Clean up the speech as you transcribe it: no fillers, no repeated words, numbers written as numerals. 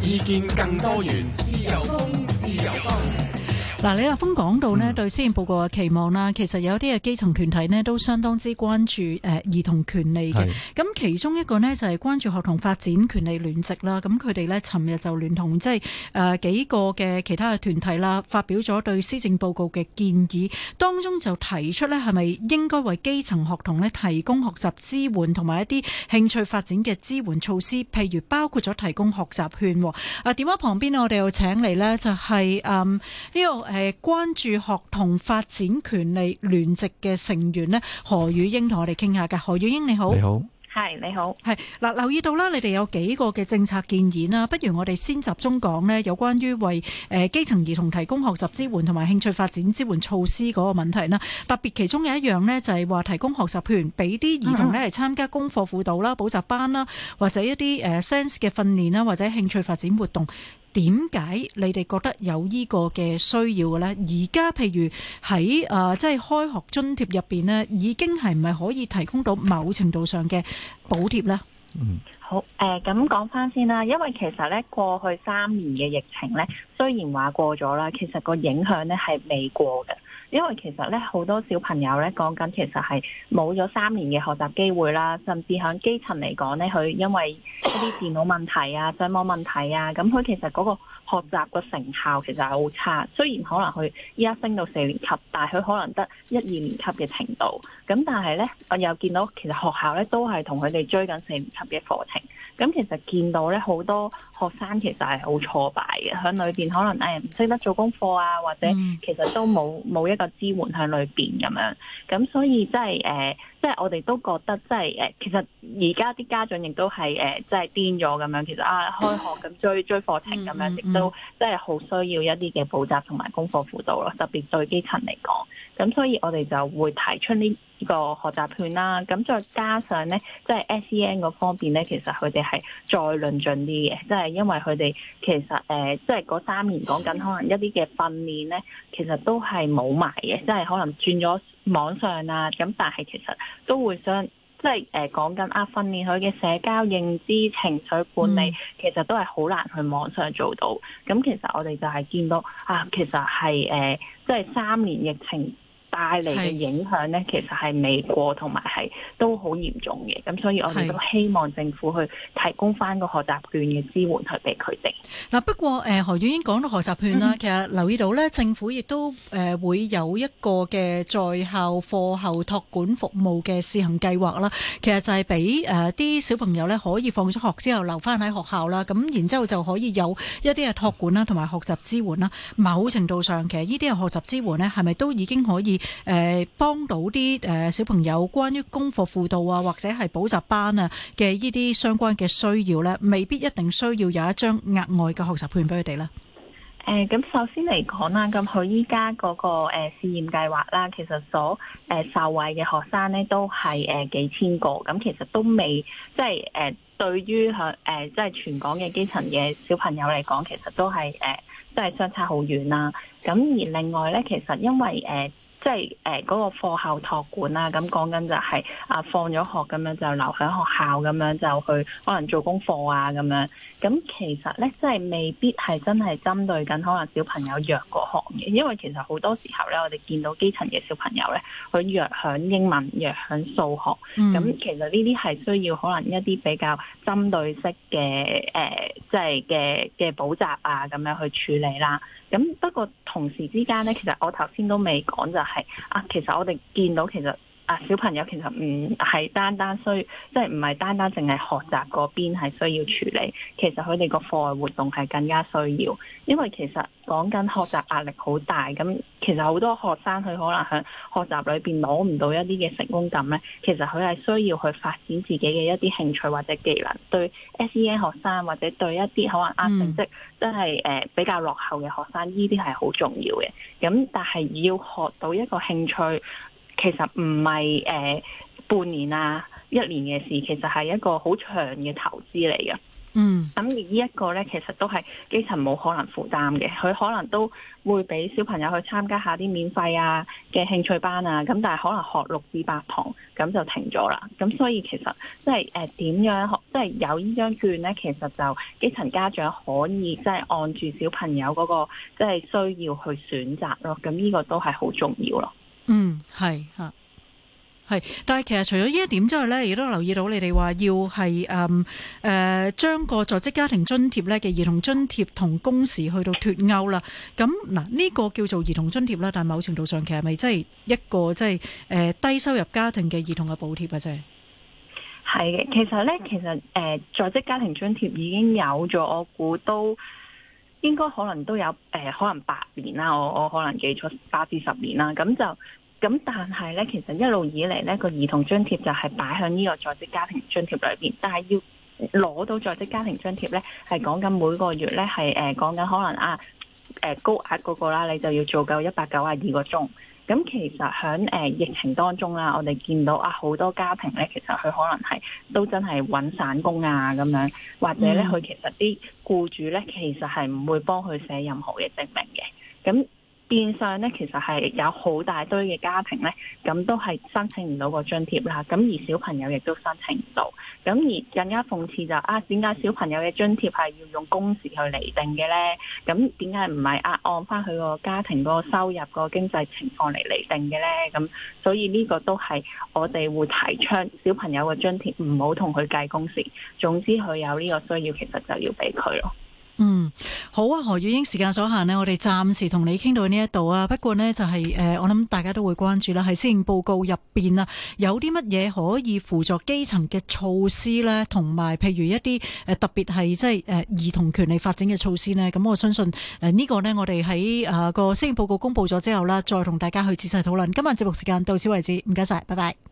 意見更多元，自由風，自由風。 嗱，李立峰講到呢對施政報告嘅期望啦，其實有啲嘅基層團體呢都相當之關注兒童權利嘅。咁其中一個呢就係關注學童發展權利聯席啦。咁佢哋呢尋日就聯同即係幾個嘅其他嘅團體啦，發表咗對施政報告嘅建議，當中就提出呢係咪應該為基層學童呢提供學習支援同埋一啲興趣發展嘅支援措施，譬如包括咗提供學習券。電話旁邊我哋又請嚟呢就係呢個關注學童發展權利聯席嘅成員呢，何宇英同我哋傾下㗎。何宇英你好。 你好。 係你好。 係嗱，留意到啦，你哋有幾個嘅政策建議啦，不如我哋先集中講呢有關於為基層兒童提供學習支援同埋興趣發展支援措施嗰個問題啦。特別其中有一樣呢，就係話提供學習權俾啲兒童呢係參加功課輔導啦、補習班啦，或者一啲SENS 嘅訓練啦，或者興趣發展活動。點解你哋覺得有呢個嘅需要嘅呢？而家譬如喺即係開學津貼入邊呢，已經係唔係可以提供到某程度上嘅補貼呢？ 好，咁講翻先啦，因為其實咧過去3年嘅疫情咧，雖然話過咗啦，其實個影響咧係未過嘅。因為其實咧好多小朋友咧講緊其實係冇咗3年嘅學習機會啦，甚至響基層嚟講咧，佢因為一啲電腦問題啊、上網問題啊，咁佢其實嗰個學習個成效其實係好差。雖然可能佢依家升到4年級，但係佢可能得1、2年級嘅程度。咁但係咧，我又見到其實學校咧都係同佢哋追緊4年級嘅課程。咁其實見到咧好多學生其實係好挫敗嘅，喺裏邊可能唔識得做功課啊，或者其實都冇一個支援喺裏邊咁樣。咁所以即係我哋都覺得即係其實而家啲家長亦都係即係癲咗咁樣。其實開學咁追課程咁樣，亦都即係好需要一啲嘅補習同埋功課輔導咯，特別對基層嚟講。咁所以我哋就會提出呢個學習券啦，咁再加上咧，即係 SEN 嗰方面咧，其實佢哋係再論盡啲嘅，即係因為佢哋其實即係嗰3年講緊可能一啲嘅訓練咧，其實都係冇埋嘅，即係可能轉咗網上啊，咁但係其實都會想即係講緊訓練佢嘅社交認知、情緒管理，其實都係好難去網上做到。咁其實我哋就係見到其實係即係3年疫情帶嚟嘅影響咧，其實係未過，同埋係都好嚴重嘅。咁所以我哋都希望政府去提供翻個學習券嘅支援去俾佢哋。 嗱，不過何宇英講到學習券啦，其實留意到咧，政府亦都會有一個嘅在校課後託管服務嘅試行計劃啦。其實就係俾啲小朋友咧可以放咗學之後留翻喺學校啦，咁然之後就可以有一啲嘅託管啦，同埋學習支援啦。某程度上，其實呢啲嘅學習支援咧，係咪都已經可以幫到啲小朋友關於功課輔導啊，或者係補習班啊嘅呢啲相關嘅需要呢？未必一定需要有一張額外嘅學習券俾佢哋呢。 咁首先嚟講啦，咁佢依家嗰個試驗計劃啦，其實所受惠嘅學生呢都係幾千個，咁其實都未即係對於即係全港嘅基層嘅小朋友嚟講，其實都係即係相差好遠啦。咁而另外呢，其實因為即係嗰個課後託管啦，咁講緊就係放咗學咁樣就留喺學校咁樣就去可能做功課啊咁樣。咁其實咧，即係未必係真係針對緊可能小朋友弱嗰行嘅，因為其實好多時候咧，我哋見到基層嘅小朋友咧，佢弱響英文、弱響數學。咁其實呢啲係需要可能一啲比較針對式嘅即係嘅補習啊咁樣去處理啦。咁不過同時之間咧，其實我頭先都未講就係其實我哋見到其實小朋友其實唔係單單即係唔係單單淨係學習嗰邊係需要處理，其實佢哋個課外活動係更加需要，因為其實講緊學習壓力好大，咁其實好多學生佢可能喺學習裏邊攞唔到一啲嘅成功感咧，其實佢係需要去發展自己嘅一啲興趣或者技能，對 SEN 學生或者對一啲可能成績真係比較落後嘅學生，呢啲係好重要嘅。咁但係要學到一個興趣，其實唔係半年1年嘅事，其實係一個好長嘅投資嚟嘅。 嗯， 咁而呢一個咧，其實都係基層冇可能負擔嘅，佢可能都會俾小朋友去參加下啲免費啊嘅興趣班啊，咁但係可能學6至8堂，咁就停咗啦。咁所以其實即係點樣學，即係有呢張券咧，其實就基層家長可以即係按住小朋友嗰個即係需要去選擇咯。咁呢個都係好重要咯。 嗯，係嚇。係，但係其實除咗呢一點之外咧，亦都留意到你哋話要係將個在職家庭津貼咧嘅兒童津貼同工時去到脫鈎啦。咁嗱，呢個叫做兒童津貼啦，但係某程度上其實係咪真係一個即係低收入家庭嘅兒童嘅補貼啊？啫係嘅，其實咧，在職家庭津貼已經有咗，我估都應該可能都有可能8年啦，我可能記錯8至10年啦，咁但係咧，其實一路以嚟咧，個兒童津貼就係擺喺呢個在職家庭津貼裏邊，但係要攞到在職家庭津貼咧，係講緊每個月咧係講緊可能高額嗰個啦，你就要做夠192個鐘。咁其實喺疫情當中啦，我哋見到好多家庭咧，其實佢可能係都真係揾散工啊咁樣，或者咧佢其實啲僱主咧其實係唔會幫佢寫任何嘅證明嘅，咁變相咧，其實係有好大堆嘅家庭咧，咁都係申請唔到個津貼啦。咁而小朋友亦都申請唔到。咁而更加諷刺就點解小朋友嘅津貼係要用工時去釐定嘅咧？咁點解唔係按翻佢個家庭嗰個收入、個經濟情況嚟釐定嘅咧？咁所以呢個都係我哋會提倡小朋友嘅津貼唔好同佢計工時。總之佢有呢個需要，其實就要俾佢咯。 嗯，好啊，何玉英，時間所限呢，我哋暫時同你傾到呢一度啊。不過呢，就係我諗大家都會關注啦，喺施政報告入邊啊，有啲乜嘢可以輔助基層嘅措施呢？同埋譬如一啲特別係即係兒童權利發展嘅措施呢。咁我相信呢個呢，我哋喺個施政報告公布咗之後啦，再同大家去仔細討論。今日節目時間到此為止，唔該晒，拜拜。